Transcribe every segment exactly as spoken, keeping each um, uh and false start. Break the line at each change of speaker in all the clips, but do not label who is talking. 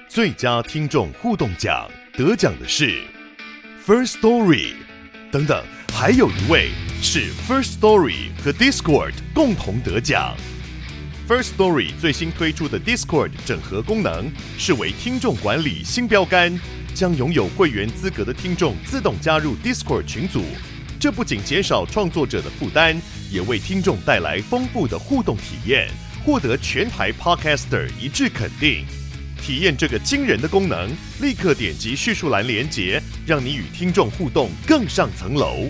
最佳听众互动奖得奖的是 First Story， 等等，还有一位是 First Story 和 Discord 共同得奖。First Story 最新推出的 Discord 整合功能，是为听众管理新标杆，将拥有会员资格的听众自动加入 Discord 群组。这不仅减少创作者的负担，也为听众带来丰富的互动体验，获得全台 Podcaster 一致肯定。体验这个惊人的功能，立刻点击叙述栏连结，让你与听众互动更上层楼。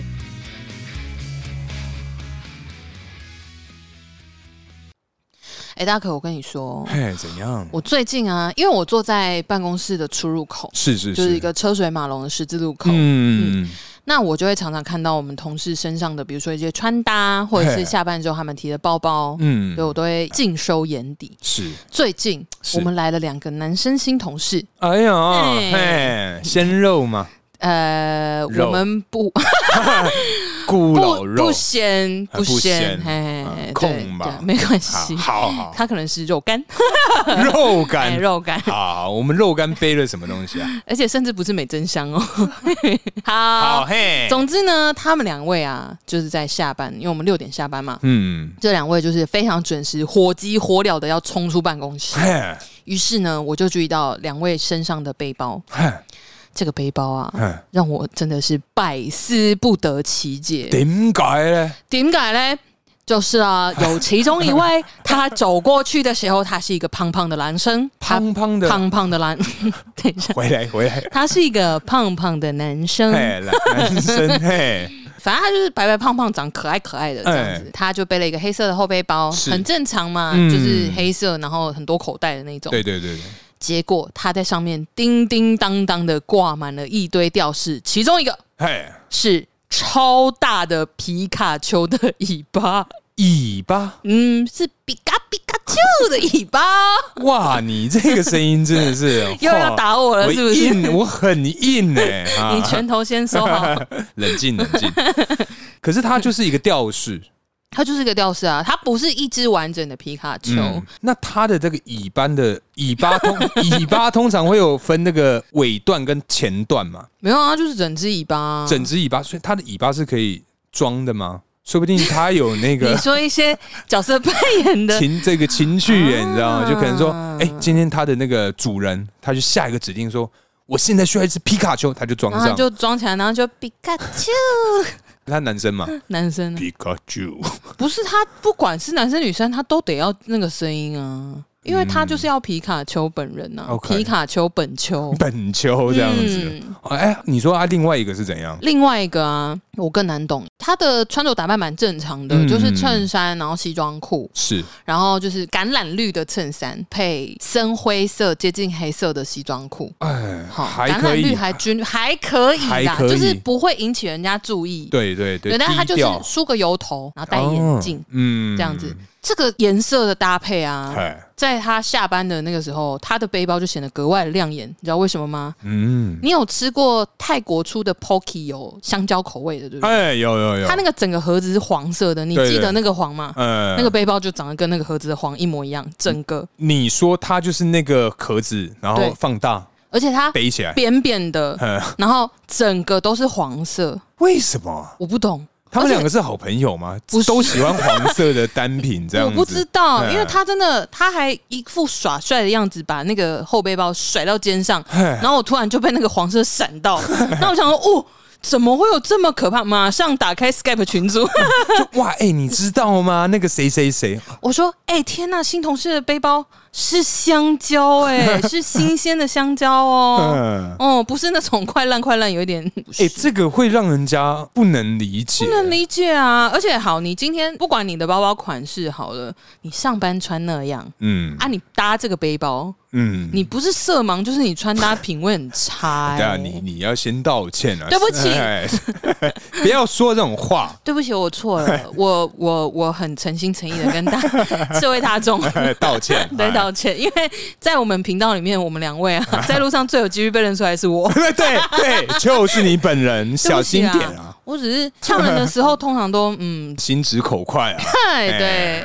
哎，大可，我跟你说，
嘿，怎样？
我最近啊，因为我坐在办公室的出入口，
是是是，
就是一个车水马龙的十字路口。
嗯，嗯
那我就会常常看到我们同事身上的，比如说一些穿搭，或者是下班之后他们提的包包，嗯，所以我都会尽收眼底。
是，
最近我们来了两个男生新同事。
哎呀，嘿，鲜肉吗？
呃，我们不
咕老肉
不咸不咸，嘿，
空吧，
没关系。
好好，
他可能是肉干，
肉干，
肉干。
好，我们肉干背了什么东西啊？
而且甚至不是美珍香哦。好，
好嘿。
总之呢，他们两位啊，就是在下班，因为我们六点下班嘛。嗯，这两位就是非常准时，火急火燎的要冲出办公室。于是呢，我就注意到两位身上的背包。这个背包啊，让我真的是百思不得其解。
點解呢？
點解呢？就是啊，有其中一位，他走過去的時候，他是一個胖胖的男生，
胖胖的
胖胖的男，等一下，
回來回來，
他是一個胖胖的男生，
男生嘿。
反正他就是白白胖胖，长可爱可爱的这样子。他就背了一个黑色的后背包，很正常嘛，嗯、就是黑色，然后很多口袋的那种。
对对对对。
结果他在上面叮叮当当的挂满了一堆吊饰，其中一个是超大的皮卡丘的尾巴。
尾巴？
嗯，是比卡比卡丘的尾巴。
哇，你这个声音真的是
又要打我了，是不是？
我硬，我很硬哎、欸！
啊、你拳头先收好，
冷静冷静。可是它就是一个吊饰。
它就是一个吊饰啊，它不是一只完整的皮卡丘。嗯、
那它的这个尾巴的尾巴通尾巴通常会有分那个尾段跟前段嘛？
没有啊，就是整只尾巴、啊。
整只尾巴，所以它的尾巴是可以装的吗？说不定它有那个
你说一些角色扮演的
情这个情绪耶，你知道吗？就可能说，哎、欸，今天它的那个主人，他就下一个指令说，我现在需要一只皮卡丘，他就装上，
就装起来，然后就皮卡丘。
他男生嘛，
男生
皮卡丘
不是他，不管是男生女生，他都得要那个声音啊，因为他就是要皮卡丘本人啊，嗯、皮卡丘本丘
本丘这样子。哎、嗯，你说啊，另外一个是怎样？
另外一个啊，我更难懂。他的穿着打扮蛮正常的，嗯、就是衬衫，然后西装裤，
是，
然后就是橄榄绿的衬衫配深灰色接近黑色的西装裤。
哎，
好，橄榄绿还均还可以啦，就是不会引起人家注意。
对对对，
对，但他就是梳个油头，然后戴眼镜，嗯、哦，这样子。这个颜色的搭配啊，在他下班的那个时候，他的背包就显得格外的亮眼。你知道为什么吗？嗯，你有吃过泰国出的 Pocky 有香蕉口味的，对不对？
哎，有有有。
它那个整个盒子是黄色的，你记得那个黄吗？嗯，那个背包就长得跟那个盒子的黄一模一样，整个。
你说它就是那个壳子，然后放大，
而且它
背起来
扁扁的，然后整个都是黄色。
为什么？
我不懂。
他们两个是好朋友吗？都喜欢黄色的单品这样子？
我不知道，因为他真的，他还一副耍帅的样子，把那个后背包甩到肩上，然后我突然就被那个黄色闪到，那我想说，哦。怎么会有这么可怕？马上打开 Skype 群组，
就哇，哎、欸，你知道吗？那个谁谁谁，
我说，哎、欸，天哪，新同事的背包是香蕉、欸，哎，是新鲜的香蕉哦，嗯、哦，不是那种快烂快烂，有一点，
哎、欸，这个会让人家不能理解，
不能理解啊！而且好，你今天不管你的包包款式好了，你上班穿那样，嗯，啊，你搭这个背包。嗯，你不是色盲，就是你穿搭品味很差、欸。
对啊，你你要先道歉啊！
对不起，
不要说这种话。
对不起，我错了，我我我很诚心诚意的跟大社会大众
道歉，
对道歉，因为在我们频道里面，我们两位啊，在路上最有几率被认出来是我。
对对对，就是你本人，小心点啊！
我只是呛人的时候，通常都嗯
心直口快啊。
对对。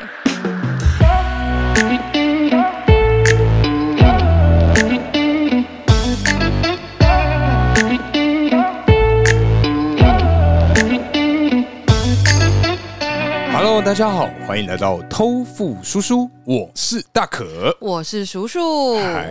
家好，欢迎来到偷富叔叔，我是大可，
我是叔叔。
嗨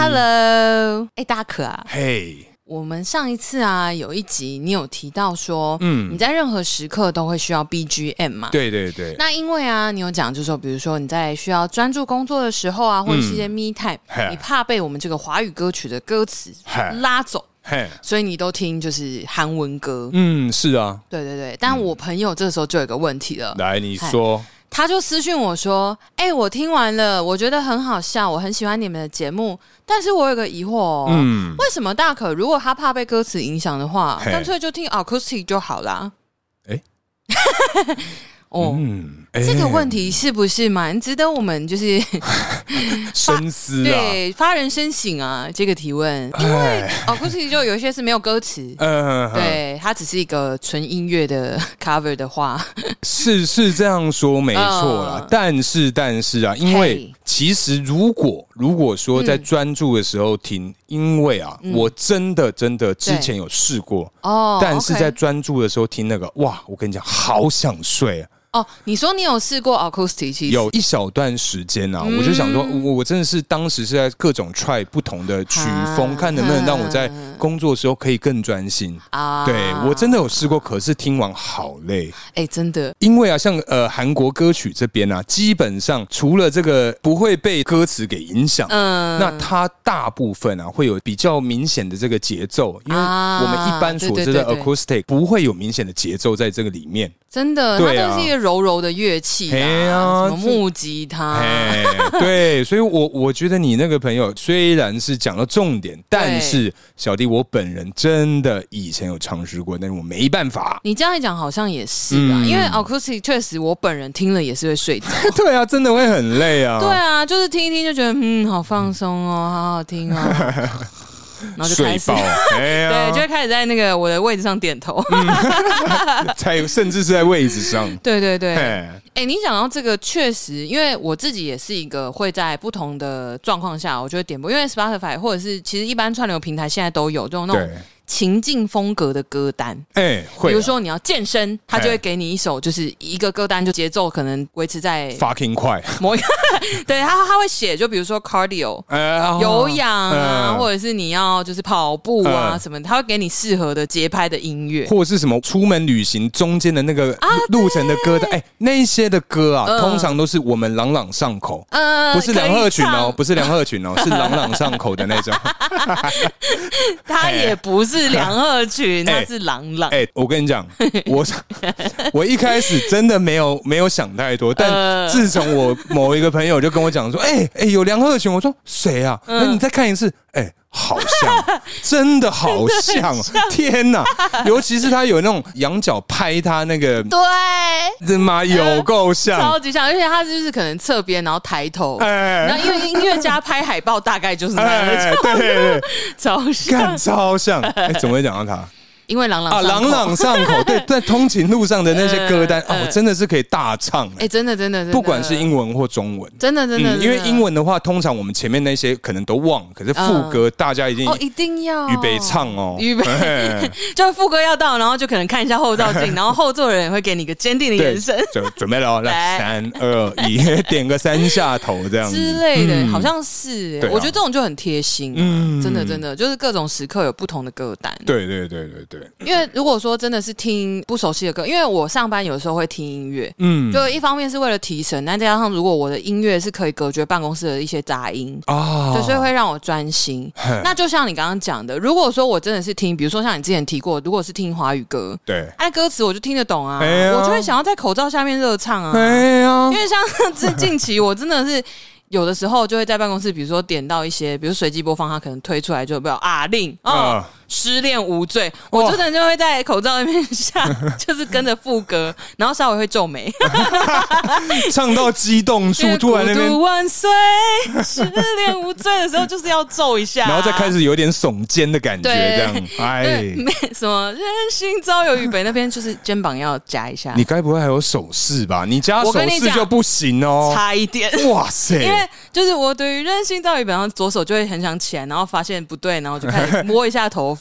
，Hello， 哎，大可啊，
嘿、hey
我们上一次啊，有一集你有提到说，嗯，你在任何时刻都会需要 B G M 嘛？
对对对。
那因为啊，你有讲，就是说，比如说你在需要专注工作的时候啊，或者是一些 me time，、嗯、你怕被我们这个华语歌曲的歌词拉走，所以你都听就是韩文歌。
嗯，是啊，
对对对。但我朋友这时候就有个问题了，
来，你说。
他就私讯我说：“哎、欸，我听完了，我觉得很好笑，我很喜欢你们的节目，但是我有个疑惑哦，嗯，为什么大可如果他怕被歌词影响的话，干脆就听 acoustic 就好啦？”哎、欸，哦，嗯欸、这个问题是不是蛮值得我们就是
深思啊？
对，发人深省啊，这个提问，因为 acoustic 就有一些是没有歌词，嗯，对，它只是一个纯音乐的 cover 的话，
是是这样说没错啦，嗯、但是但是啊，因为其实如果如果说在专注的时候听，嗯、因为啊，嗯、我真的真的之前有试过哦，但是在专注的时候听那个，哇，我跟你讲，好想睡啊。
哦，你说你有试过 acoustic， 其实
有一小段时间啊，嗯、我就想说，我我真的是当时是在各种 try 不同的曲风，啊、看能不能让我在工作的时候可以更专心啊。对，我真的有试过，可是听完好累，
哎、欸，真的，
因为啊，像呃韩国歌曲这边啊，基本上除了这个不会被歌词给影响，嗯，那它大部分啊会有比较明显的这个节奏，因为我们一般所知的 acoustic 不会有明显的节奏在这个里面。
真的，它都是一个柔柔的乐器啊，什么木吉他，
对，所以我我觉得你那个朋友虽然是讲了重点，但是小弟我本人真的以前有尝试过，但是我没办法。
你这样一讲好像也是啊，嗯、因为 acoustic 确实我本人听了也是会睡着。
对啊，真的会很累啊。
对啊，就是听一听就觉得嗯，好放松哦，好好听哦。然后就开始，哎、对，就会开始在那个我的位置上点头，嗯、
在甚至是在位置上。
对对对，哎、欸，你讲到这个，确实，因为我自己也是一个会在不同的状况下，我就会点播，因为 Spotify 或者是其实一般串流平台现在都有这种那种情境风格的歌单，哎、欸，会、啊，比如说你要健身，他就会给你一首，就是一个歌单，就节奏可能维持在
fucking 快，
某一个，对他他会写，就比如说 cardio，、呃、有氧啊，呃、或者是你要就是跑步啊、呃、什么，他会给你适合的节拍的音乐，
或者是什么出门旅行中间的那个路程的歌单，哎、啊欸，那一些的歌啊，呃、通常都是我们朗朗上口，呃，不是梁鹤群哦，不是梁鹤群哦，是朗朗上口的那种，
他也不是。是梁鹤群，他是朗朗。哎、欸
欸，我跟你讲，我我一开始真的没有没有想太多，但自从我某一个朋友就跟我讲说，哎、欸、哎、欸，有梁鹤群，我说谁啊？那、嗯、你再看一次，哎、欸。好像，真的好像，天哪！尤其是他有那种仰角拍他那个，
对，
这妈有够像，
超级像，而且他就是可能侧边，然后抬头，哎、然后因为音乐家拍海报大概就是那样，哎、
对对对，
超像，
超像，哎、欸，怎么会讲到他？
因为朗朗
啊，朗朗上口，对，在通勤路上的那些歌单，呃、哦，真的是可以大唱，哎、
欸，真的，真的，
不管是英文或中文，
真的，真的、嗯，
因为英文的话，通常我们前面那些可能都忘，可是副歌大家一定
哦，一定要
预备唱哦，
预备，就副歌要到，然后就可能看一下后照镜，然后后座的人也会给你一个坚定的眼神，
就准备了，来，三二一，点个三下頭这样子
之类的，嗯、好像是、欸，啊、我觉得这种就很贴心、啊，嗯，真的，真的，就是各种时刻有不同的歌单，
对，对，对，对，对，
因为如果说真的是听不熟悉的歌，因为我上班有时候会听音乐，嗯，就一方面是为了提神，但再加上如果我的音乐是可以隔绝办公室的一些杂音啊，对，所以会让我专心。那就像你刚刚讲的，如果说我真的是听，比如说像你之前提过，如果是听华语歌，对，哎、啊，歌词我就听得懂啊，哎、我就会想要在口罩下面热唱啊，哎、因为像这近期我真的是。有的时候就会在办公室，比如说点到一些，比如随机播放，它可能推出来就比如啊令哦，失恋无罪，我就可能就会在口罩那边下，就是跟着副歌，然后稍微会皱眉，
唱到激动处，突然那边
孤独万岁，失恋无罪的时候就是要皱一下，
然后再开始有点耸肩的感觉，这样，
哎，没什么人心早有预备，那边就是肩膀要夹一下。
你该不会还有手势吧？你加手势就不行哦，
差一点，
哇塞，因为。
就是我对于人心早有预备，然后左手就会很想起来，然后发现不对，然后就开始摸一下头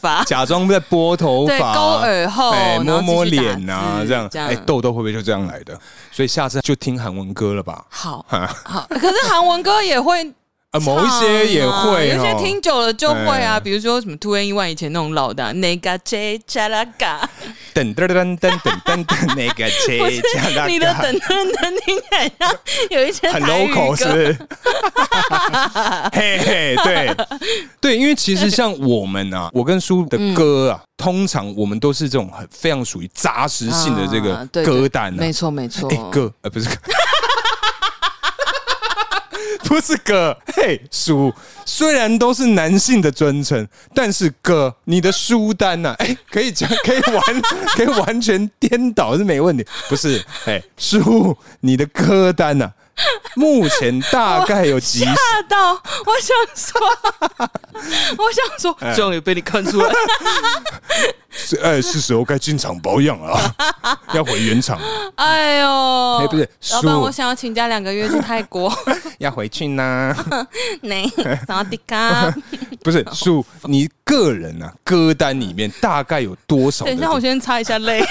发，
假装在拨头发，
对，勾耳后，
哎，摸摸脸啊，这样，
这样
哎，痘痘会不会就这样来的？所以下次就听韩文歌了吧。
好，好，可是韩文歌也会。
呃，某一些也会，
有些听久了就会啊，比如说什么 Two N E One 以前那种老的那个 J 加拉嘎，
噔噔噔噔噔噔噔，那个 J 加拉嘎，
你的噔噔噔听起来像有一些
很 local 是不是？嘿嘿，对对，因为其实像我们啊，我跟叔的歌啊，通常我们都是这种很非常属于扎实性的这个歌单，
没错没错，
歌呃不是歌。不是哥，嘿，叔，虽然都是男性的尊称，但是哥，你的书单呐、啊，哎，可以讲，可以完，可以完全颠倒是没问题。不是，哎，叔，你的歌单呐、啊，目前大概有几？
吓到，我想说，我想说，终于被你看出来。
是，哎，是时候该进厂保养了、啊，要回原厂。
哎呦，
哎，不是，
老板，我想要请假两个月去泰国，
要回去呢。
你想要迪卡？
不是，叔，你个人啊，歌单里面大概有多少？
等一下，我先擦一下泪。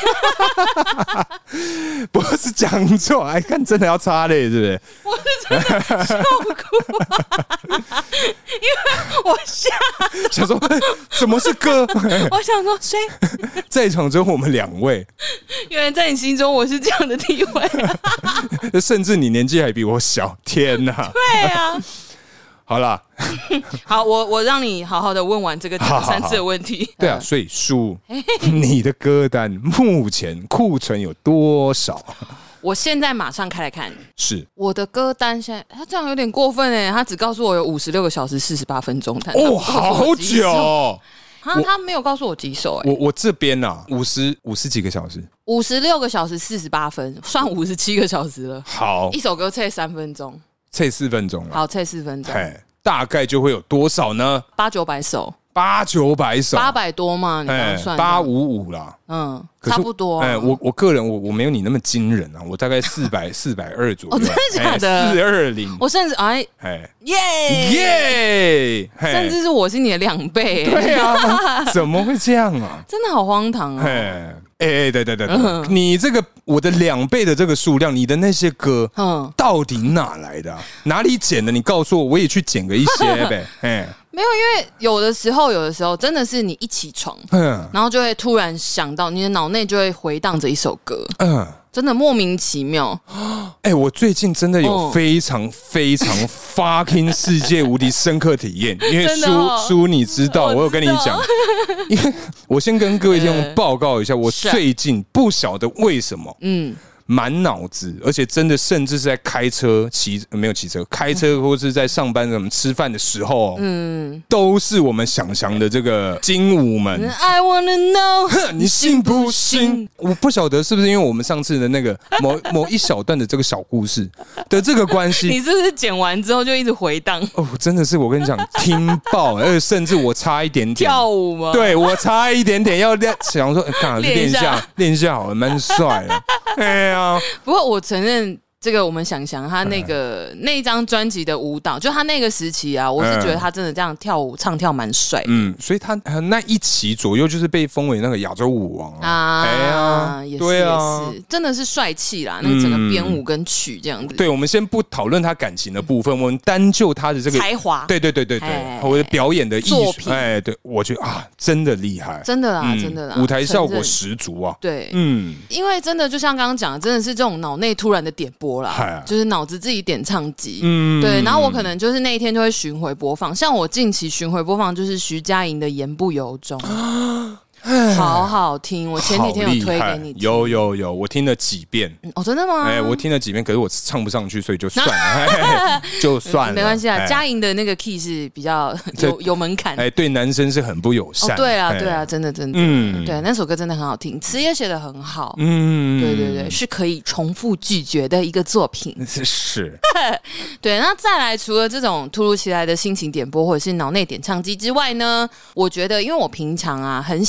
不是讲错，哎，看真的要擦泪，是不是？
我是真的笑哭、啊，因为我吓
想说怎么是歌？
我想说谁？
在场只有我们两位，
原来在你心中我是这样的地位，
甚至你年纪还比我小，天哪！
对啊。
好啦，
好，我我让你好好的问完这个讲三次的问题。
对啊，所以叔，你的歌单目前库存有多少？
我现在马上开来看，
是
我的歌单现在他这样有点过分哎，他只告诉我有五十六个小时四十八分钟，
哦，好久、哦。
他他没有告诉我几首哎、
欸，我我这边啊，五十五十几个小时，
五十六个小时四十八分，算五十七个小时了。
好，
一首歌测三分钟，
测四分钟了。
好，测四分钟，
大概就会有多少呢？
八九百首，
八九百首，
八百多嘛？你刚刚算
八五五啦，
嗯，差不多、啊。
哎，我我个人我我没有你那么惊人啊，我大概四百四百二左右，
哦，真的假的？
四二零，
我甚至哎哎耶
耶，
甚至是我是你的两倍、欸，
对啊，怎么会这样啊？
真的好荒唐啊！
哎哎，对对对对，嗯、你这个我的两倍的这个数量，你的那些歌，嗯，到底哪来的、啊？哪里捡的？你告诉我，我也去捡个一些呗。哎，
没有，因为有的时候，有的时候真的是你一起床，嗯，然后就会突然想到，你的脑内就会回荡着一首歌，嗯。真的莫名其妙，
哎、欸，我最近真的有非常非常 fucking 世界无敌深刻体验，因为苏苏、哦、你知道，我有跟你讲，因为我先跟各位听众报告一下，我最近不晓得为什么，嗯。满脑子，而且真的甚至是在开车、骑没有骑车，开车或是在上班、什么吃饭的时候，嗯，都是我们想象的这个精武们。
I wanna know，
你信不信？我不晓得是不是因为我们上次的那个某某一小段的这个小故事的这个关系，
你是不是剪完之后就一直回荡？
哦，真的是我跟你讲，听爆，而且甚至我差一点点
跳舞吗？
对我差一点点要练，想说刚好练一下，练一下好了，蛮帅的。哎呀。
不过我承认，这个我们想想，他那个、嗯、那张专辑的舞蹈，就他那个时期啊，我是觉得他真的这样跳舞、唱跳蛮帅的。嗯，
所以他那一期左右就是被封为那个亚洲舞王啊。啊，哎
呀，也是对啊，也是真的是帅气啦，那个整个编舞跟曲这样子。
对，我们先不讨论他感情的部分，我们单就他的这个
才华。
对对对对对，我的表演的艺术，哎，对，我觉得啊，真的厉害，
真的啦，嗯、真的啦，
舞台效果十足啊。
对，嗯，因为真的就像刚刚讲的，真的是这种脑内突然的点播啦。就是脑子自己点唱机，嗯，对，然后我可能就是那一天就会巡回播放，像我近期巡回播放就是徐佳莹的《言不由衷》，好好听，我前几天有推给你听，
有有有，我听了几遍，
嗯、哦，真的吗？
哎、欸，我听了几遍，可是我唱不上去，所以就算了，就算了，
没关系啊。佳莹的那个 key 是比较有有门槛，
哎、欸，对男生是很不友善、
哦。对啊，对啊，真的真的，嗯，对，那首歌真的很好听，词也写得很好，嗯，对对对，是可以重复咀嚼的一个作品，
是，
对。那再来，除了这种突如其来的心情点播或者是脑内点唱机之外呢，我觉得，因为我平常啊很喜欢看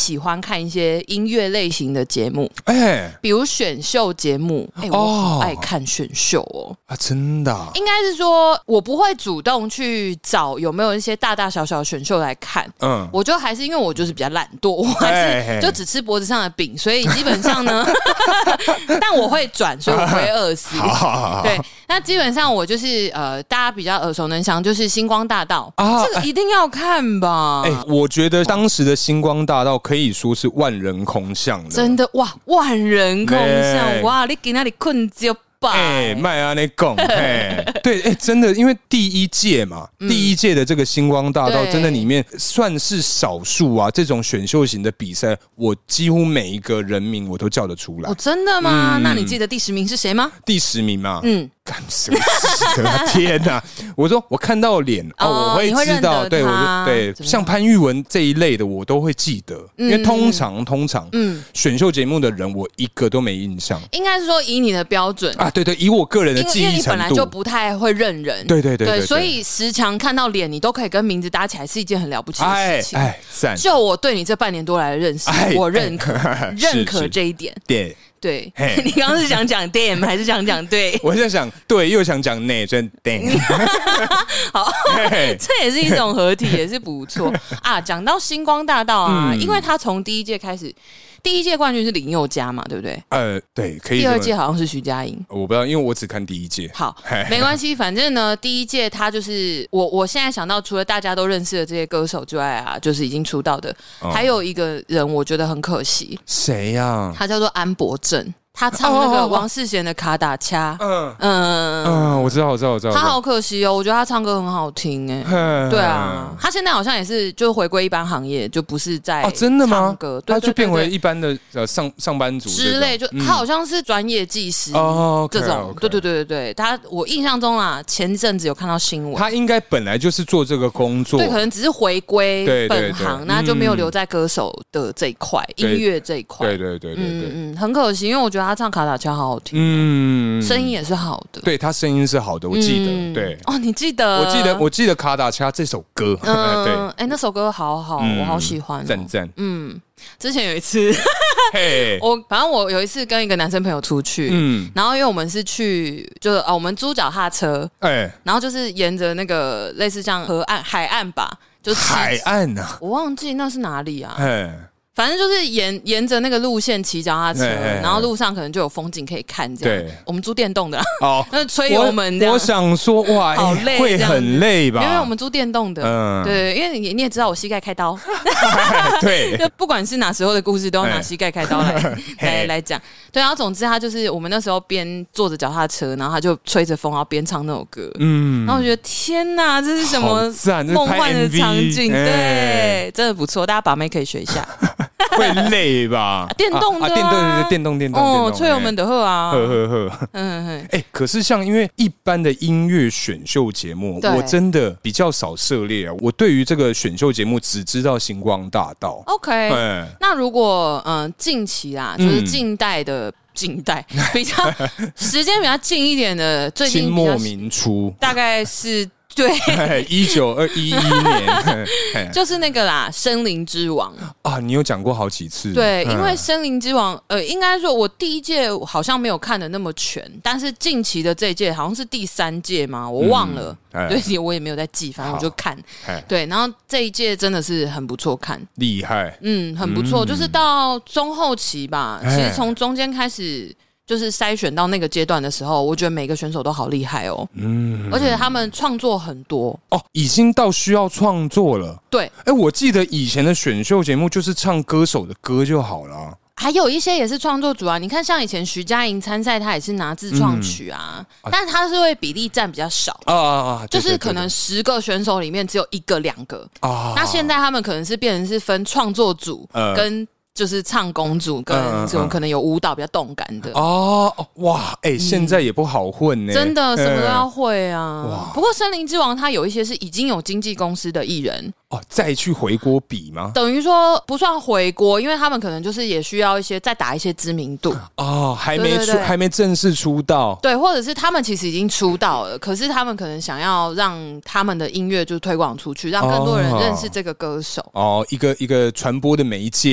看一些音乐类型的节目，哎、欸，比如选秀节目，哎、欸，我好爱看选秀哦，
啊，真的、啊，
应该是说我不会主动去找有没有一些大大小小的选秀来看，嗯，我就还是因为我就是比较懒惰，我还是就只吃脖子上的饼，所以基本上呢，但我会转，所以我不会饿死。对，那基本上我就是呃，大家比较耳熟能详，就是星光大道啊，这个一定要看吧？哎、
欸，我觉得当时的星光大道可以说是万人空巷的，
真的哇，万人空巷哇，你给那里困就。
哎，麦阿内贡，哎，对，哎，真的，因为第一届嘛，嗯、第一届的这个星光大道，真的里面算是少数啊，这种选秀型的比赛，我几乎每一个人名我都叫得出来。
哦，真的吗？嗯、那你记得第十名是谁吗？
第十名嘛，嗯。干什么事啊！天哪！我说我看到脸哦，我会知道，对，我就对，像潘玉文这一类的，我都会记得，嗯、因为通常通常，嗯，选秀节目的人我一个都没印象。
应该是说以你的标准
啊，对对，以我个人的记忆程度，因为你
本来就不太会认人，
对对 对, 对,
对，所以时常看到脸，你都可以跟名字搭起来，是一件很了不起的事情。
哎，赞！
就我对你这半年多来的认识，哎、我认可认可这一点。
对。
对，你刚刚是想讲 damn 还是想讲对？
我在想对，又想讲内真 damn。
好，这也是一种合体，也是不错啊。讲到星光大道啊，嗯、因为他从第一届开始。第一届冠军是林宥嘉嘛，对不对？
呃，对，可以。
第二届好像是徐佳莹，
我不知道，因为我只看第一届。
好，没关系，反正呢，第一届他就是我，我现在想到，除了大家都认识的这些歌手之外啊，就是已经出道的，哦、还有一个人，我觉得很可惜。
谁呀、啊？
他叫做安博正。他唱那个王世贤的卡打掐，嗯
嗯嗯，我知道，我知道，我知道。
他好可惜哦，我觉得他唱歌很好听哎。对啊，他现在好像也是就回归一般行业，就不是在
哦，真的吗？
唱歌，
他就变为一般的呃上上班族
之类，就他好像是专业技师
哦，
这种。对对对对对，他我印象中啦，前阵子有看到新闻，
他应该本来就是做这个工作，
对，可能只是回归本行，那就没有留在歌手的这一块，音乐这一块。
对对对对对，
嗯嗯，很可惜，因为我觉得他唱卡打掐好好听，嗯，声音也是好的，
对他声音是好的，我记得，嗯、对，
哦，你记得，
我记得，我记得卡达掐这首歌，嗯，对，
哎、欸，那首歌好好，嗯、我好喜欢、哦，
赞赞，
嗯，之前有一次，嘿，我反正我有一次跟一个男生朋友出去，嗯，然后因为我们是去，就是啊、哦，我们租脚踏车，哎、欸，然后就是沿着那个类似像河岸、海岸吧，就
海岸啊，
我忘记那是哪里啊，哎。反正就是沿沿着那个路线骑脚踏车，然后路上可能就有风景可以看。这样，对，我们租电动的啦，哦，那吹油门这样。
我想说，哇，好累，会很累吧？
因为我们租电动的，嗯，对，因为你你也知道我膝盖开刀，
对，
就不管是哪时候的故事，都要拿膝盖开刀来来来讲。对，然后总之他就是我们那时候边坐着脚踏车，然后他就吹着风，然后边唱那首歌，嗯，然后我觉得天哪，这是什么梦幻的场景？对，真的不错，大家把妹可以学一下。
会累吧？
电动的、啊啊、
电动电动电动
哦，吹油门的喝啊，
喝喝喝，嗯嗯哎，可是像因为一般的音乐选秀节目，我真的比较少涉猎啊。我对于这个选秀节目只知道星光大道。
OK，那如果嗯、呃、近期啦，就是近代的。嗯近代比较时间比较近一点的，最近
清末民初，
大概是对
一九二一一年，
就是那个啦，《森林之王》
啊，你有讲过好几次。
对，因为《森林之王》呃，应该说我第一届好像没有看的那么全，但是近期的这一届好像是第三届嘛，我忘了，嗯、对，我也没有在记，反正我就看。对，然后这一届真的是很不错看，
厉害，
嗯，很不错，嗯、就是到中后期吧，其实从中间开始。就是筛选到那个阶段的时候，我觉得每个选手都好厉害哦，嗯，而且他们创作很多
哦，已经到需要创作了。
对，
哎，我记得以前的选秀节目就是唱歌手的歌就好了。
还有一些也是创作组啊，你看像以前徐佳莹参赛，她也是拿自创曲啊，嗯、但是她是会比例占比较少啊啊啊，就是可能十个选手里面只有一个两个啊。那现在他们可能是变成是分创作组跟。就是唱公主跟这种可能有舞蹈比较动感的
哦，哇，哎、欸，现在也不好混呢、欸，
真的什么都要会啊。哇，不过《森林之王》它有一些是已经有经纪公司的艺人
哦，再去回锅比吗？
等于说不算回锅，因为他们可能就是也需要一些再打一些知名度
哦，还没出，对对对，还没正式出道，
对，或者是他们其实已经出道了，可是他们可能想要让他们的音乐就推广出去，让更多人认识这个歌手
哦，一个一个传播的媒介，
对，才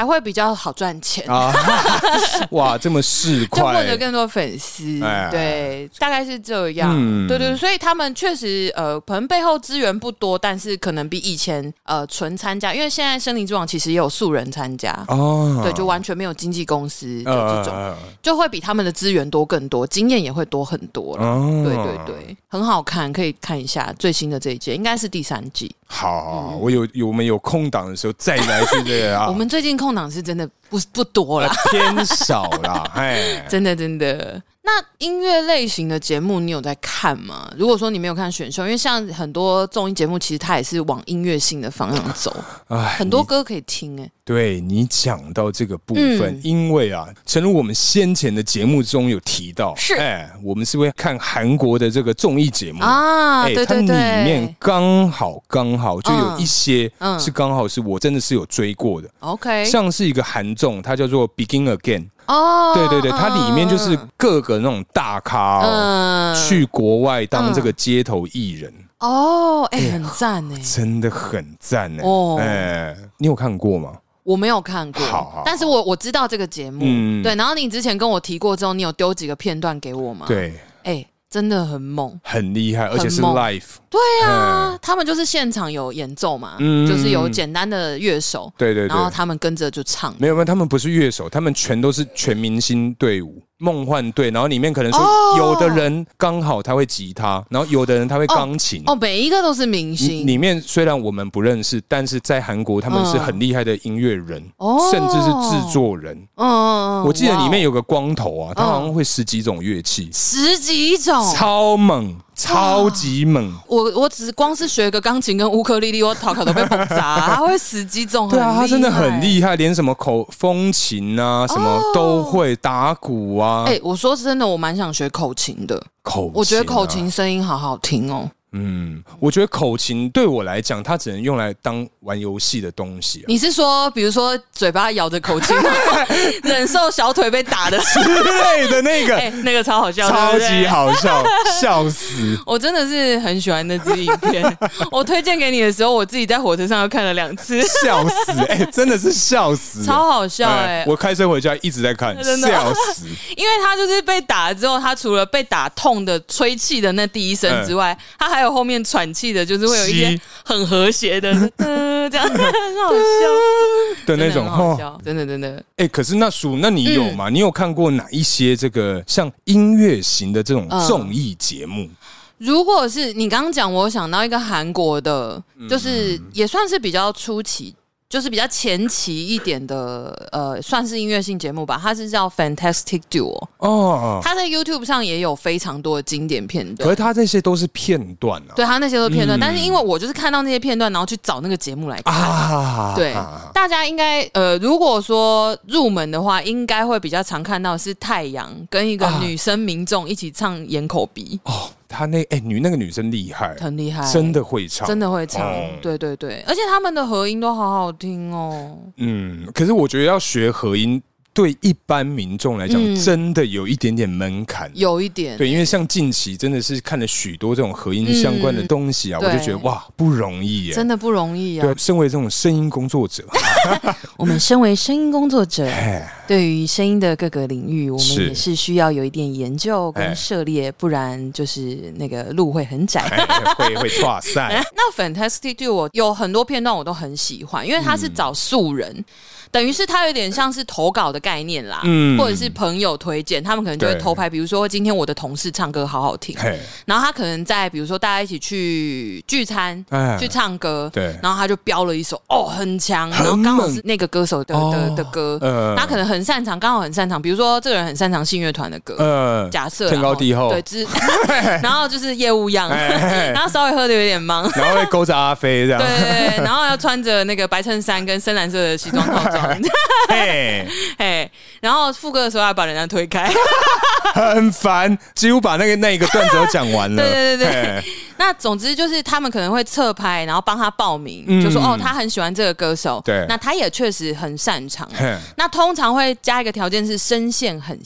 会比较好赚钱啊！
哇，这么市侩，
就获得更多粉丝，哎、对，大概是这样。嗯、对对对，所以他们确实呃，可能背后资源不多，但是可能比以前呃纯参加，因为现在《森林之王》其实也有素人参加哦，对，就完全没有经纪公司的这种，呃、就会比他们的资源多更多，经验也会多很多了。哦、对对对，很好看，可以看一下最新的这一届，应该是第三季。
好，好好嗯、我有有我们有空档的时候再来去这个啊。
我们最近空档是真的不不多啦，
偏少啦，哎，
真的真的。那音乐类型的节目你有在看吗？如果说你没有看选秀，因为像很多综艺节目，其实它也是往音乐性的方向走，很多歌可以听哎、欸。
对你讲到这个部分、嗯，因为啊，诚如我们先前的节目中有提到，
是
哎，我们是会看韩国的这个综艺节目
啊，哎，对对对，
它里面刚好刚好就有一些是刚好是我真的是有追过的
，OK，
像是一个韩综，它叫做 Begin Again。哦，对对对，它里面就是各个那种大咖、哦嗯、去国外当这个街头艺人。
哦，哎、欸，很赞哎，
真的很赞哎。哦，哎，你有看过吗？
我没有看过，
好好，
但是我我知道这个节目、嗯。对，然后你之前跟我提过之后，你有丢几个片段给我吗？
对，
哎。真的很猛，
很厉害，而且是 live。
对啊、嗯，他们就是现场有演奏嘛，嗯、就是有简单的乐手，
对对对，
然后他们跟着就唱。
没有没有，他们不是乐手，他们全都是全明星队伍。梦幻队，然后里面可能说有的人刚好他会吉他，然后有的人他会钢琴。
哦，每一个都是明星。
里面虽然我们不认识，但是在韩国他们是很厉害的音乐人，哦、甚至是制作人。嗯，我记得里面有个光头啊，他好像会十几种乐器，
十几种，
超猛。超级猛！
我我只是光是学个钢琴跟乌克丽丽，我头壳都被崩砸。他会十几种，
对啊，他真的很厉害，连什么口风琴啊，什么都会，打鼓啊。
哎、欸，我说真的，我蛮想学口琴的。
口琴、啊，
我觉得口琴声音好好听哦。
嗯，我觉得口琴对我来讲，它只能用来当玩游戏的东西、啊。
你是说，比如说嘴巴咬着口琴，忍受小腿被打的
之类的那个？
哎、欸，那个超好笑，
超级好笑，笑死！
我真的是很喜欢那支影片，我推荐给你的时候，我自己在火车上又看了两次，
笑死！哎、欸，真的是笑死，
超好笑哎、欸！
我开车回家一直在看，笑死！
因为他就是被打了之后，他除了被打痛的吹气的那第一声之外，嗯、他还有后面喘气的，就是会有一些很和谐的，嗯，这样很好笑
的那种，
好笑，真的真的。
哎、欸，可是那叔，那你有吗、嗯？你有看过哪一些这个像音乐型的这种综艺节目？嗯，
如果是你刚刚讲，我想到一个韩国的，就是也算是比较初期。就是比较前期一点的，呃，算是音乐性节目吧。它是叫 Fantastic Duo 哦，它在 YouTube 上也有非常多的经典片段。
可是它这些都是片段啊，
对，它那些都是片段、嗯。但是因为我就是看到那些片段，然后去找那个节目来看。啊、对、啊，大家应该呃，如果说入门的话，应该会比较常看到是太阳跟一个女生民众一起唱演口鼻
哦。她那哎、欸、女那个女生厉害，
很厉害，
真的会唱，
真的会唱，哦、对对对，而且他们的合音都好好听哦。
嗯，可是我觉得要学合音，对一般民众来讲、嗯，真的有一点点门槛，
有一点。
对，因为像近期真的是看了许多这种合音相关的东西啊，嗯、我就觉得哇，不容易耶，
真的不容易啊。
对，身为这种声音工作者，
我们身为声音工作者，对于声音的各个领域，我们也是需要有一点研究跟涉猎，不然就是那个路会很窄，
会会岔赛。
那 Fantastic Duo 有很多片段我都很喜欢，因为他是找素人。嗯，等于是他有点像是投稿的概念啦，嗯，或者是朋友推荐，他们可能就会偷拍。比如说今天我的同事唱歌好好听，然后他可能在比如说大家一起去聚餐，哎、去唱歌，对，然后他就标了一首哦很强，然后刚好是那个歌手的、哦、的的歌，呃，他可能很擅长，刚好很擅长，比如说这个人很擅长信乐团的歌，呃，假设
天高地厚，
对，之然后就是业务样，然后稍微喝的有点忙，
然后会勾着阿飞这样，
对对对，然后要穿着那个白衬衫跟深蓝色的西装套装。
嘿，
嘿，然后副歌的时候还把人家推开，
很烦，几乎把那个那一个段子都讲完了。
对对对对，那总之就是他们可能会侧拍，然后帮他报名，嗯、就说哦，他很喜欢这个歌手，对，那他也确实很擅长。那通常会加一个条件是声线很像。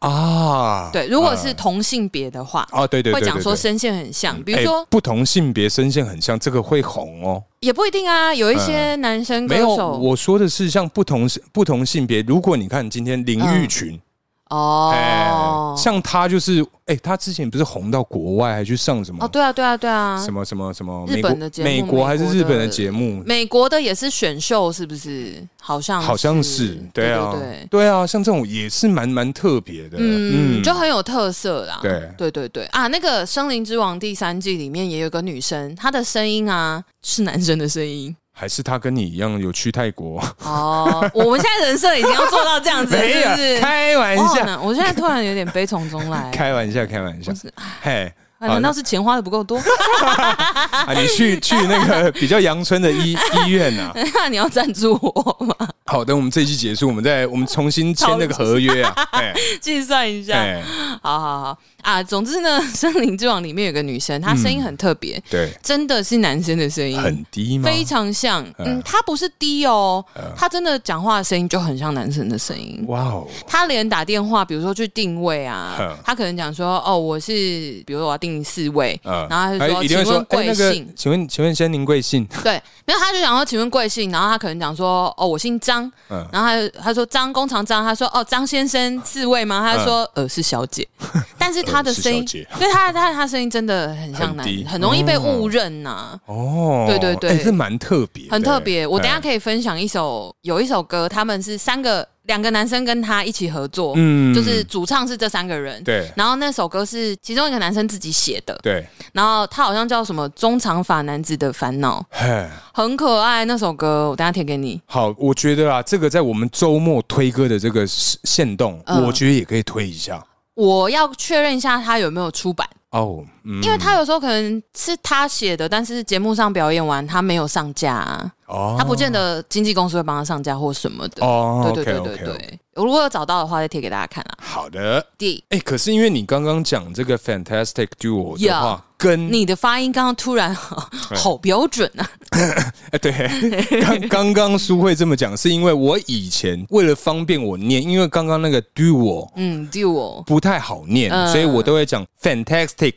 啊。对，如果是同性别的话，
哦，对对对，
会讲说声线很像，比如说、
欸、不同性别声线很像，这个会红哦。
也不一定啊，有一些男生歌手、嗯、
没有，我说的是像不同不同性别，如果你看今天林育群。嗯哦、欸，像他就是，哎、欸，他之前不是红到国外，还去上什么？
哦，对啊，对啊，对啊，
什么什么什么
日本的节目，
美国还是日本的节目？
美国的也是选秀，是不是？好像是
好像是，对啊，
对对对，
对啊，像这种也是蛮蛮特别的，
嗯，嗯就很有特色啦。
对，
对对对啊，那个《森林之王》第三季里面也有个女生，她的声音啊是男生的声音。还
是他跟你一样有去泰国
哦？我们现在人设已经要做到这样子，是不是？
开玩笑，
我现在突然有点悲从中来。
开玩笑，开玩笑。嘿，
难道是钱花的不够多？
啊，你去去那个比较阳春的医医院啊？
那你要赞助我吗？
好，等我们这一季结束，我们再我们重新签那个合约啊，
计算一下。好好好啊，总之呢，《森林之王》里面有个女生，她声音很特别、嗯，
对，
真的是男生的声音，
很低吗？
非常像，嗯，她不是低哦，她真的讲话的声音就很像男生的声音。哇哦！她连打电话，比如说去定位啊，她可能讲说，哦，我是，比如说我要定四位，然后她就说，请问贵姓？
请问，请问先您贵姓？
对，没有，她就讲说，请问贵姓？然后她可能讲说，哦，我姓张，然后她她说张工厂张，她说，哦，张先生四位吗？她说，呃，是小姐，但是她。他的声音，对他他他声音真的很像男，很, 很容易被误认呐、啊。哦，对对对，
欸、这蛮特别，
很特别。我等一下可以分享一首，有一首歌，他们是三个两个男生跟他一起合作，嗯，就是主唱是这三个人，
对。
然后那首歌是其中一个男生自己写的，
对。
然后他好像叫什么《中长发男子的烦恼》，很可爱那首歌，我等一下贴给你。
好，我觉得啊，这个在我们周末推歌的这个限动、嗯，我觉得也可以推一下。
我要确认一下他有没有出版哦、嗯，因为他有时候可能是他写的，但是节目上表演完他没有上架、啊哦，他不见得经纪公司会帮他上架或什么的。哦，对对对对对。Okay, okay, okay. 如果有找到的话，再贴给大家看啊。
好的。第，哎，可是因为你刚刚讲这个 Fantastic Duo 的话， yeah, 跟
你的发音刚刚突然好, 好标准啊。
哎，对，刚刚刚苏慧这么讲，是因为我以前为了方便我念，因为刚刚那个 Duo， 嗯 ，Duo 不太好念、嗯，所以我都会讲 Fantastic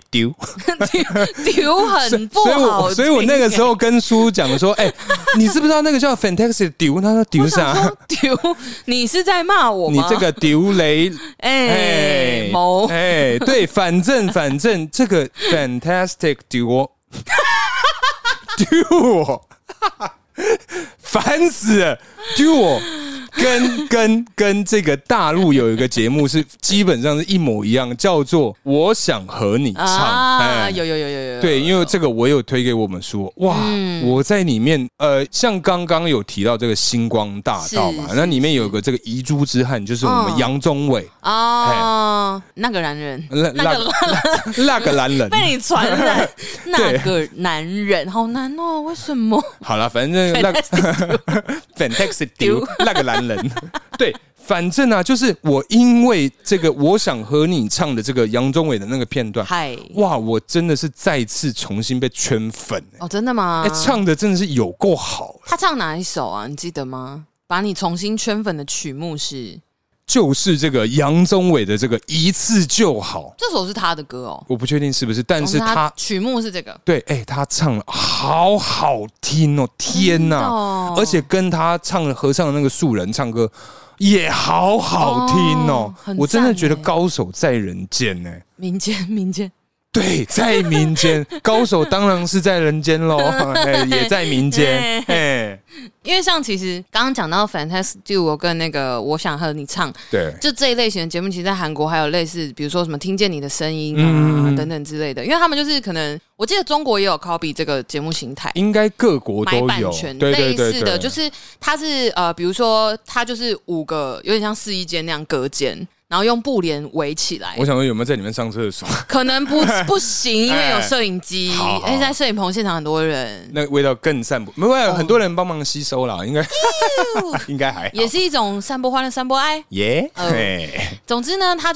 Duo。Duo
很不好听、欸，所以
我所以我那个时候跟苏讲说，哎、欸，你知不知道那个叫 Fantastic Duo？ 他说 Duo 啥
？Duo， 你是在骂我吗？
你这个丢雷，哎，某，哎，对，反正反正这个 Fantastic Duo，Duo， 烦死了 ，Duo。跟跟跟这个大陆有一个节目是基本上是一模一样，叫做《我想和你唱》
啊，欸、有有有有有，
对，因为这个我有推给我们说，哇，嗯、我在里面，呃，像刚刚有提到这个星光大道嘛，那里面有个这个遗珠之憾，就是我们杨宗纬
哦，那个男人，那个
那个男人
被你传染，那个男人好难哦，为什么？
好了，反正那个 Fantastic Duo 那个男人。对，反正啊，就是我因为这个，我想和你唱的这个杨宗纬的那个片段，嗨，哇，我真的是再次重新被圈粉、欸、
哦，真的吗？
哎、欸，唱的真的是有够好、欸。
他唱哪一首啊？你记得吗？把你重新圈粉的曲目是？
就是这个杨宗纬的这个一次就好，
这首是他的歌哦，
我不确定是不是，但是他
曲目是这个，
对，哎、欸，他唱了好好听哦，天哪、哦！而且跟他唱合唱的那个素人唱歌也好好听哦，哦我真的觉得高手在人间呢，
民间民间。
对，在民间，高手当然是在人间喽、欸，也在民间。欸、
因为像其实刚刚讲到 Fantastic Duo 跟那个我想和你唱，
对，
就这一类型的节目，其实在韩国还有类似，比如说什么听见你的声音啊、嗯、等等之类的，因为他们就是可能，我记得中国也有 copy 这个节目形态，
应该各国都有
买版权，
对对对对
类似的，就是它是呃，比如说它就是五个，有点像试衣间那样隔间。然后用布帘围起来。
我想问有没有在里面上厕所？
可能不不行，因为有摄影机，而且在摄影棚现场很多人，
那味道更散播。没有，很多人帮忙吸收啦，应该应该还好，
也是一种散播欢乐、散播爱。
耶、yeah? 呃，
总之呢，它就是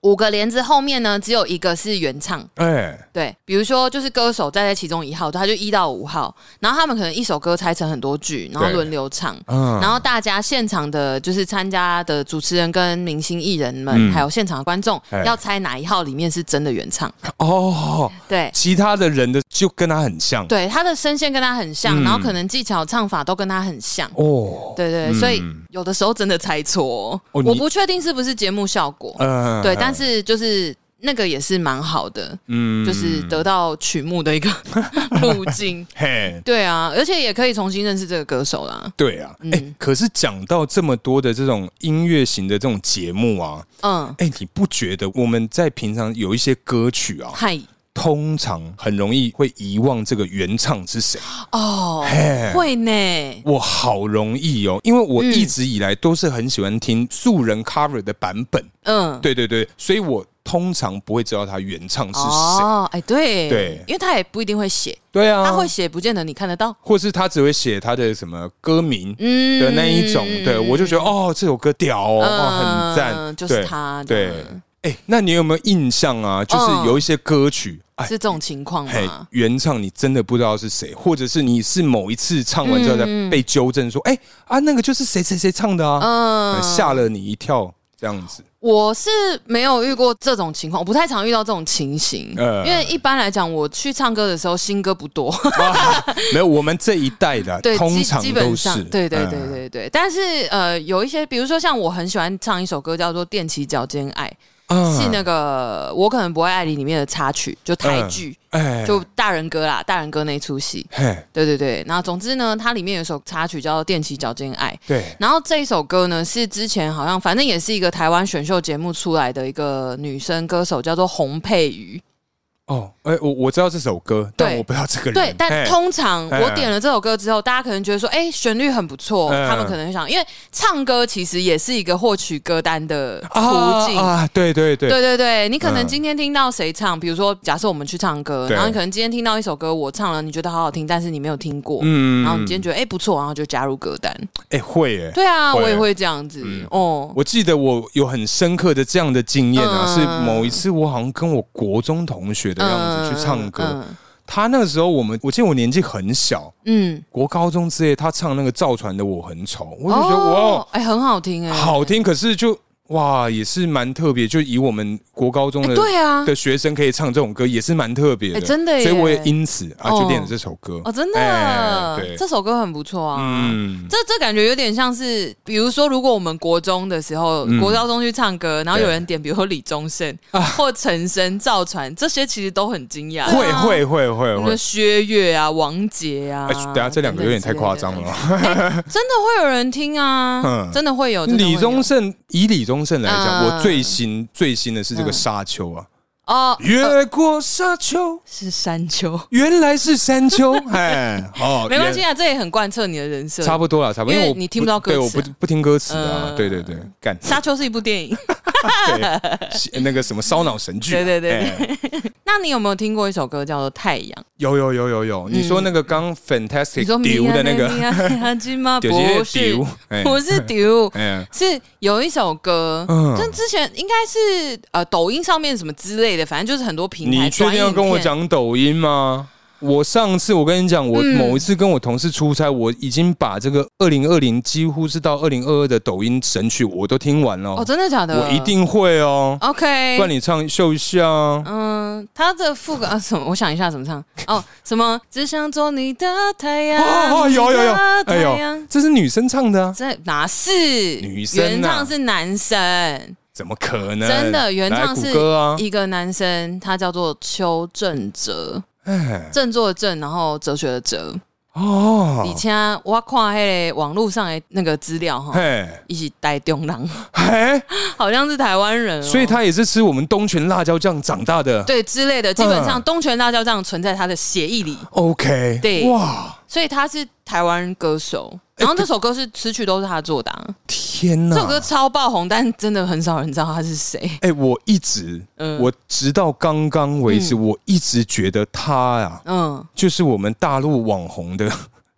五个帘子后面呢，只有一个是原唱。哎、欸，对，比如说就是歌手站在其中一号，他就一到五号，然后他们可能一首歌拆成很多句，然后轮流唱，嗯，然后大家现场的就是参加的主持人跟明星艺人们，嗯、还有现场的观众、欸、要猜哪一号里面是真的原唱。
哦，
对，
其他的人的就跟他很像，
对，他的声线跟他很像，嗯、然后可能技巧、唱法都跟他很像。哦，对对，嗯、所以有的时候真的猜错、哦，我不确定是不是节目效果，嗯、对，但是就是那个也是蛮好的，嗯，就是得到曲目的一个路径，嘿，对啊，而且也可以重新认识这个歌手啦。
对啊，哎、嗯欸，可是讲到这么多的这种音乐型的这种节目啊，嗯，哎、欸，你不觉得我们在平常有一些歌曲啊，嗨。通常很容易会遗忘这个原唱是谁
哦，会呢。
我好容易哦，因为我一直以来都是很喜欢听素人 cover 的版本，嗯，对对对，所以我通常不会知道他原唱是谁。哦，
哎，对对，因为他也不一定会写，
对啊，
他会写不见得你看得到，
或是他只会写他的什么歌名的那一种，嗯、对我就觉得哦，这首歌屌哦，嗯、哦很赞，
就是他，
对。哎、欸，那你有没有印象啊？就是有一些歌曲、
嗯、是这种情况吗？
原唱你真的不知道是谁，或者是你是某一次唱完之后再被纠正说，哎、嗯欸、啊，那个就是谁谁谁唱的啊，嗯，吓了你一跳这样子。
我是没有遇过这种情况，我不太常遇到这种情形，呃、因为一般来讲，我去唱歌的时候新歌不多。
啊、没有，我们这一代的
对
通常
基
都是，
对对对对对。呃、但是呃，有一些，比如说像我很喜欢唱一首歌叫做《踮起脚尖爱》。是那个我可能不会爱你里面的插曲，就台剧，嗯欸、就大人歌啦，大人歌那一出戏，对对对。然后总之呢，它里面有一首插曲叫做《踮起脚尖爱》，对。然后这一首歌呢，是之前好像反正也是一个台湾选秀节目出来的一个女生歌手，叫做洪佩瑜。
哦，哎、欸，我我知道这首歌，但我不知道这个人。
对，但通常我点了这首歌之后，大家可能觉得说，哎、欸，旋律很不错，嗯、他们可能想，因为唱歌其实也是一个获取歌单的途径啊,
啊。对对对，
对对对，你可能今天听到谁唱，比如说假设我们去唱歌，然后你可能今天听到一首歌，我唱了，你觉得好好听，但是你没有听过，嗯，然后你今天觉得哎、欸、不错，然后就加入歌单。
哎、欸，会哎、欸，
对啊，我也会这样子、嗯、哦。
我记得我有很深刻的这样的经验啊，嗯、是某一次我好像跟我国中同学的样子去唱。歌，嗯、他那个时候我们，我记得我年纪很小，嗯，国高中之类，他唱那个赵传的《我很丑》，我就觉得、哦、哇，
哎、欸，很好听哎，
好听，可是就。哇，也是蛮特别，就以我们国高中的、欸、
对啊
的学生可以唱这种歌，也是蛮特别的，欸、
真的耶。
所以我也因此啊，就练了这首歌。
哦，真的，欸、对，这首歌很不错啊。嗯，这这感觉有点像是，比如说，如果我们国中的时候，嗯、国高中去唱歌，然后有人点，比如说李宗盛、啊、或陈升、赵传，这些其实都很惊讶。
会会会会会，
薛岳啊、王杰啊，
欸、等一下这两个有点太夸张了。
欸、真的会有人听啊，嗯、真的会有。
李宗盛以李宗盛来讲，我。最新最新的是这个沙丘啊！哦，越过沙丘
是山丘，
原来是山丘，哎，哦，
没关系啊，这也很贯彻你的人设，
差不多了，差不多，
因为你听不到歌词、啊，
对，我不不听歌词啊，呃、对对对，干。
沙丘是一部电影，
对，那个什么烧脑神剧、啊，
对对对对。哎、那你有没有听过一首歌叫做《太阳》？
有有有有有，你说那个刚 Fantastic 丢的那个，
不是不是丢，是有一首歌，嗯，但之前应该是呃抖音上面什么之类的，反正就是很多平台。
你确定要跟我讲抖音吗？我上次我跟你讲，我某一次跟我同事出差，我已经把这个二零二零几乎是到二零二二的抖音神曲我都听完了。
哦，真的假的？
我一定会哦。
OK，
不然你唱秀一下啊。
嗯，他的副歌啊什么？我想一下怎么唱。哦，什么？只想做你的太阳。
哦，有有有，哎呦，这是女生唱的啊？
这哪是
女生？
原唱是男生。
怎么可能？
真的，原唱是一个男生，他叫做邱正哲。振作的振，然后哲学的哲。哦，以前我看那个网络上的那个资料哈，一起带中人，好像是台湾人、哦，
所以他也是吃我们东泉辣椒酱长大的，
对之类的。基本上东泉辣椒酱存在他的血液里。
OK，
对，哇，所以他是台湾歌手。然后这首歌是词曲都是他做的、啊，
天哪！
这首歌超爆红，但真的很少人知道他是谁。
哎、欸，我一直，嗯、我直到刚刚为止、嗯，我一直觉得他呀、啊，嗯，就是我们大陆网红的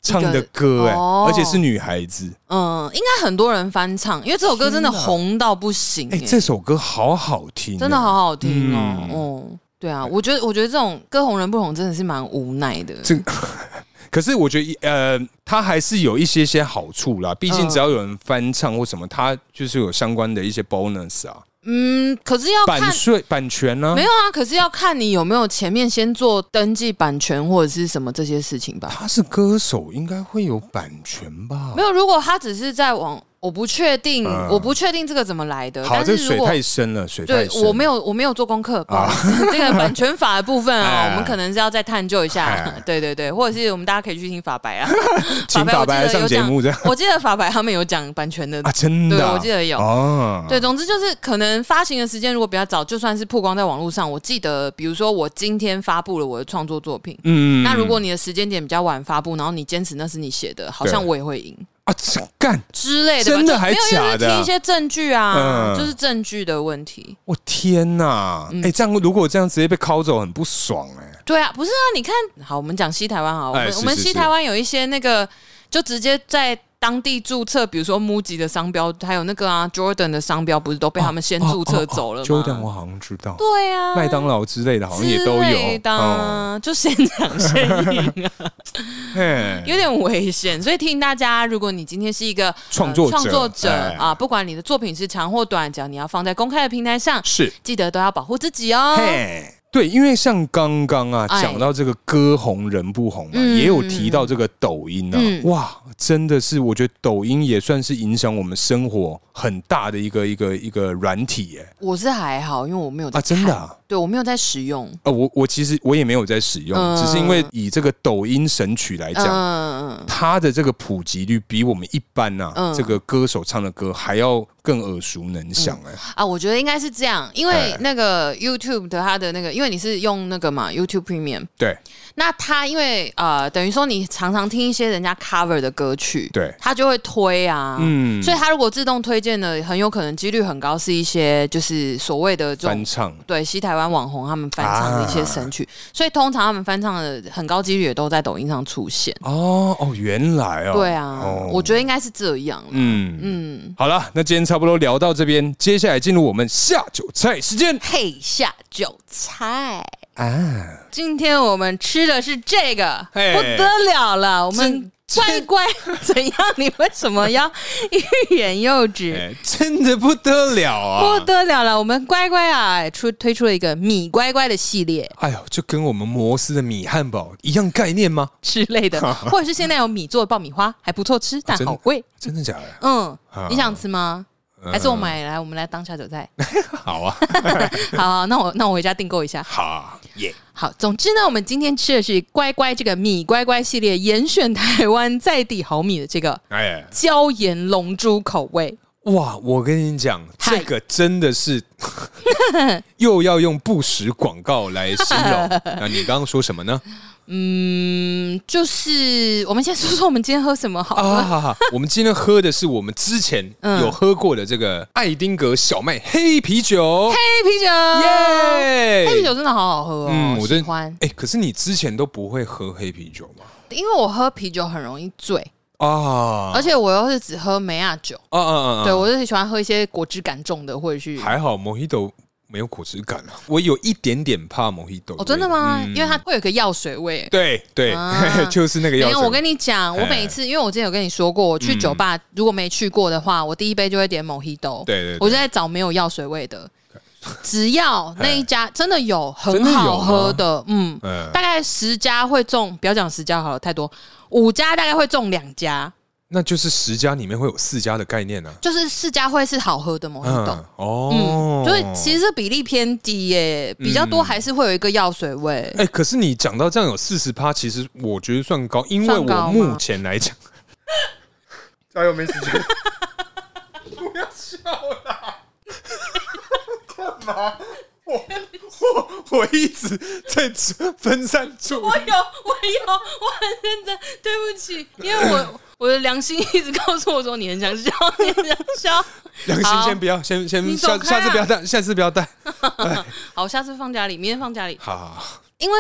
唱的歌哎、欸哦，而且是女孩子。
嗯，应该很多人翻唱，因为这首歌真的红到不行、欸。哎、
欸，这首歌好好听、欸，
真的好好听哦。嗯，哦、对啊，我觉得我觉得这种歌红人不红真的是蛮无奈的。
这可是我觉得呃，它还是有一些些好处啦。毕竟只要有人翻唱或什么，它就是有相关的一些 bonus 啊。
嗯，可是要看
版税版权呢、啊？
没有啊，可是要看你有没有前面先做登记版权或者是什么这些事情吧。
他是歌手，应该会有版权吧？
没有，如果他只是在往。我不确定、嗯，我不确定这个怎么来的。
好，
但是
这水太深了，水太深。
对，我没有，我没有做功课，不好意思。这个版权法的部分啊，我们可能是要再探究一下。对对对，或者是我们大家可以去听法白啊，
请法白来上节目这样。
我记得法白他们有讲版权的
啊，真的、啊，
对，我记得有。哦，对，总之就是可能发行的时间如果比较早，就算是曝光在网络上，我记得，比如说我今天发布了我的创作作品，嗯，那如果你的时间点比较晚发布，然后你坚持那是你写的，好像我也会赢。
啊，干
之类的吧，
真的还假的？
听一些证据啊、嗯，就是证据的问题。
我天哪！哎、嗯欸，这样如果这样直接被拷走，很不爽哎、欸。
对啊，不是啊，你看，好，我们讲西台湾好，我们、哎、我们西台湾有一些那个，就直接在当地注册，比如说 MUJI 的商标，还有那个啊 Jordan 的商标，不是都被他们先注册走了吗、
哦哦哦、？Jordan 我好像知道。
对啊，
麦当劳之类的，好像也都有。
的、哦，就先讲先赢啊，有点危险。所以提醒大家，如果你今天是一个
创作者，
创、呃、作者啊，不管你的作品是长或短，只要你要放在公开的平台上，
是
记得都要保护自己哦。
对，因为像刚刚啊讲到这个歌红人不红嘛、啊嗯，也有提到这个抖音啊、嗯，哇，真的是我觉得抖音也算是影响我们生活很大的一个一个一个软体耶。
我是还好，因为我没有在看
啊，真的、啊，
对我没有在使用。
呃，我我其实我也没有在使用、嗯，只是因为以这个抖音神曲来讲，嗯，它的这个普及率比我们一般啊、嗯、这个歌手唱的歌还要更耳熟能详哎、
嗯。啊，我觉得应该是这样，因为那个 YouTube 的它的那个，因为你是用那个嘛 YouTube Premium，
对，
那它因为呃等于说你常常听一些人家 cover 的歌曲，
对，
它就会推啊，嗯，所以它如果自动推荐的，很有可能几率很高是一些就是所谓的这种
翻唱，
对，西台湾网红他们翻唱的一些神曲，啊、所以通常他们翻唱的很高几率也都在抖音上出现。
哦哦，原来哦，
对啊，哦、我觉得应该是这样。嗯
嗯，好了，那今天差不多聊到这边，接下来进入我们下酒菜时间。
嘿，下酒菜啊！今天我们吃的是这个，不得了了，我们。乖乖，怎样？你为什么要欲言又止？
欸、真的不得了啊！
不得了了！我们乖乖啊，出推出了一个米乖乖的系列。
哎呦，就跟我们摩斯的米汉堡一样概念吗？
之类的，或者是现在有米做的爆米花，还不错吃，但好贵、啊。
真的假的？
嗯，你想吃吗？还是我买来，我们来当下酒菜。
好啊，
好啊，那我那我回家订购一下。
好耶。Yeah.
好，总之呢，我们今天吃的是乖乖这个米乖乖系列严选台湾在地好米的这个椒盐龙珠口味。
哇，我跟你讲，这个真的是又要用不实广告来形容。那你刚刚说什么呢？
嗯，就是我们先说说我们今天喝什么好了。啊，
好好，我们今天喝的是我们之前有喝过的这个爱丁格小麦黑啤酒。
黑啤酒，耶！黑啤酒真的好好喝哦，嗯，
我
喜欢。
哎、欸，可是你之前都不会喝黑啤酒吗？
因为我喝啤酒很容易醉啊，而且我又是只喝梅亚酒啊啊啊！对，我就喜欢喝一些果汁感重的，或者是
还好Mojito没有果汁感啊，我有一点点怕Mojito。
哦，真的吗？嗯、因为它会有个药水味。
对对，啊、就是那个药水味。
我跟你讲，我每次因为我之前有跟你说过，我去酒吧、嗯、如果没去过的话，我第一杯就会点Mojito。对 对, 对，我就在找没有药水味的。只要那一家真的有很好喝的，的嗯，嗯，大概十家会中，不要讲十家好了，太多，五家大概会中两家。
那就是十家里面会有四家的概念呢、啊，
就是四家会是好喝的Mojito、嗯、哦，嗯，所以其实比例偏低耶，比较多还是会有一个药水味。
哎、欸，可是你讲到这样有四十趴，其实我觉得算高，因为我目前来讲，加油，没时间，不要笑啦，干嘛？我我我一直在分散注意。
我有，我有，我很认真。对不起，因为我我的良心一直告诉我说你很想笑，你很想笑。
良心先不要，先先下下次不要带，下次不要带。
好，下次放家里，明天放家里。
好好好。
因为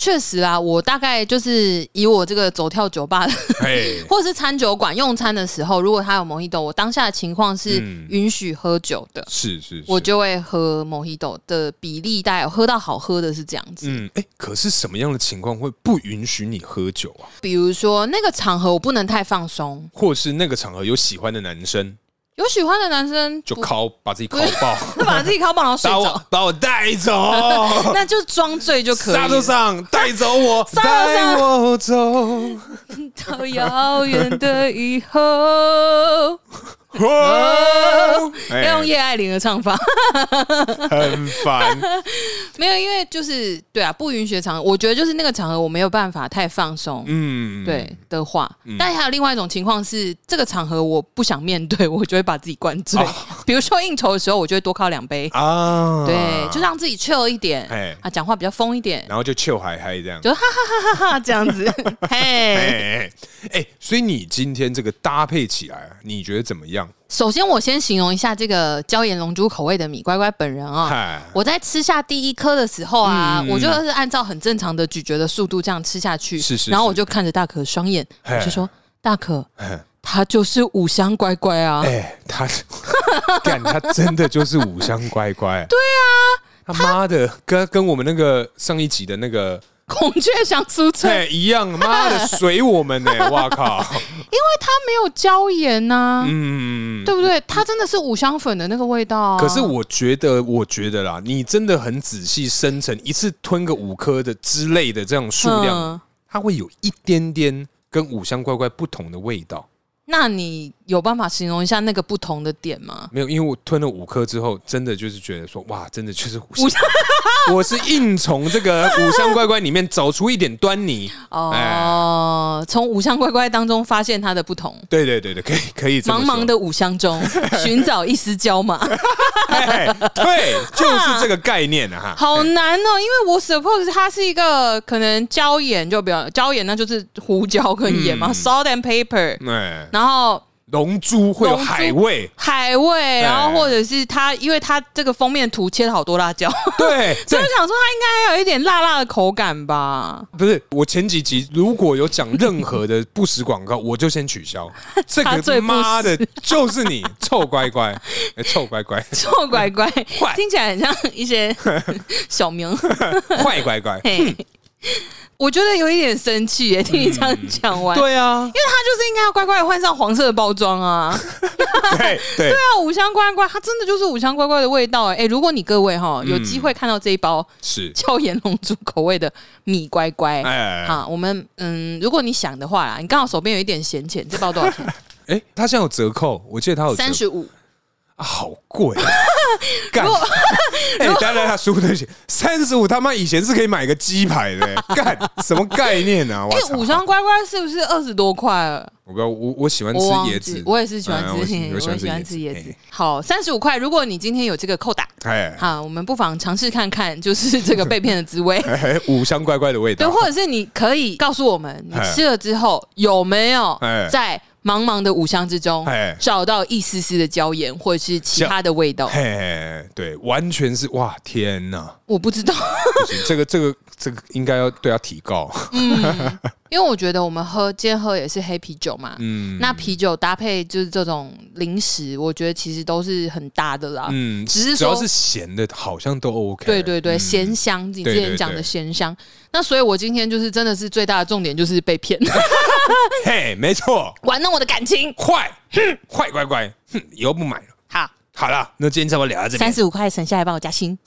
确实啊，我大概就是以我这个走跳酒吧的，或者是餐酒馆用餐的时候，如果他有 Mojito， 我当下的情况是允许喝酒的，
嗯、是, 是是，
我就会喝 Mojito 的比例大概有喝到好喝的是这样子。
嗯，哎，可是什么样的情况会不允许你喝酒啊？
比如说那个场合我不能太放松，
或是那个场合有喜欢的男生。
有喜欢的男生
就敲把自己敲爆，
把自己敲爆，然后睡着，
把我把我带走，
那就装醉就可以了。
沙洲上带走我，带我走
到遥远的以后。要用叶爱玲的唱法，
很烦。
没有，因为就是对啊，不允许的场合，我觉得就是那个场合我没有办法太放松，嗯，对的话。嗯、但还有另外一种情况是，这个场合我不想面对，我就会把自己灌醉。啊、比如说应酬的时候，我就会多靠两杯啊，对，就让自己 chill 一点，啊，讲话比较疯一点，
然后就 chill 嗨嗨这样，
就哈哈哈哈哈这样子。嘿，
哎，所以你今天这个搭配起来，你觉得怎么样？
首先，我先形容一下这个椒盐龙珠口味的米乖乖本人啊。我在吃下第一颗的时候啊，嗯、我就是按照很正常的咀嚼的速度这样吃下去。是是是，然后我就看着大可双眼，我就说：“大可，他就是五香乖乖啊！”哎、欸，
他干，他真的就是五香乖乖。
对啊，
他妈的，跟跟我们那个上一集的那个。
孔雀香酥脆
一样，妈的水我们呢、欸！哇靠！
因为它没有椒盐呐、啊，嗯，对不对？它真的是五香粉的那个味道、啊。
可是我觉得，我觉得啦，你真的很仔细生成，一次吞个五颗的之类的这种数量，嗯、它会有一点点跟五香乖乖不同的味道。
那你有办法形容一下那个不同的点吗？
没有，因为我吞了五颗之后，真的就是觉得说，哇，真的就是五香。我是硬从这个五香乖乖里面找出一点端倪
哦，从、哎、五香乖乖当中发现它的不同。
对对对对，可以可以这么说。
茫茫的五香中寻找一丝椒嘛。
哎、对，就是这个概念啊。
好难哦，因为我 suppose 它是一个可能椒盐，就不要椒盐，那就是胡椒跟盐嘛、嗯、，salt and pepper。哎，然后。
龙珠会有海味，
海味，然后或者是它，因为它这个封面图切了好多辣椒，
对，
所以我想说它应该还有一点辣辣的口感吧。
不是，我前几集如果有讲任何的不实广告，我就先取消。这个妈的，就是你臭乖乖，欸、臭乖乖，
臭乖乖，听起来很像一些小名，
坏乖乖。
我觉得有一点生气耶，听你这样讲完、
嗯。对啊，
因为他就是应该要乖乖的换上黄色的包装啊。
对对
对啊，五香乖乖，它真的就是五香乖乖的味道哎。哎，如果你各位哈有机会看到这一包是椒盐龙珠口味的米乖乖，哎，好，我们嗯，如果你想的话啦，你刚好手边有一点闲钱，这包多少钱？
哎，它现在有折扣，我记得它有
三十五。
好贵、啊！干！哎，等下等下，输对不起，三十五他妈以前是可以买个鸡排的、欸，干什么概念啊？
哎、欸，五香乖乖是不是二十多块了？
我不知道，我我喜欢吃椰子，
我也是喜欢吃，嗯、我, 我喜欢吃椰子。欸、好，三十五块，如果你今天有这个扣打，哎，好，我们不妨尝试看看，就是这个被骗的滋味，
五香乖乖的味道。
对，或者是你可以告诉我们，你吃了之后有没有在茫茫的五香之中找到一丝丝的椒盐或者是其他的味道？
嘿，对，完全是哇，天哪！
我不知道，
这个这个这个应该要对他提告。
嗯，因为我觉得我们喝今天喝也是黑啤酒嘛，嗯，那啤酒搭配就是这种零食，我觉得其实都是很搭的啦。嗯，只是说
只要是咸的，好像都 OK。
对对对，咸、嗯、香，你之前讲的咸香。那所以，我今天就是真的是最大的重点就是被骗。
嘿，没错，
玩弄我的感情，
坏，坏乖乖，哼，以后不买了。
好，
好了，那今天差不多聊到这边，
三十五块省下来帮我加薪。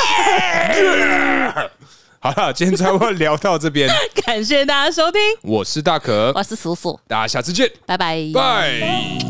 好了，今天差不多聊到这边，
感谢大家收听，
我是大可，
我是叔叔，
大家下次见，
拜拜，
拜。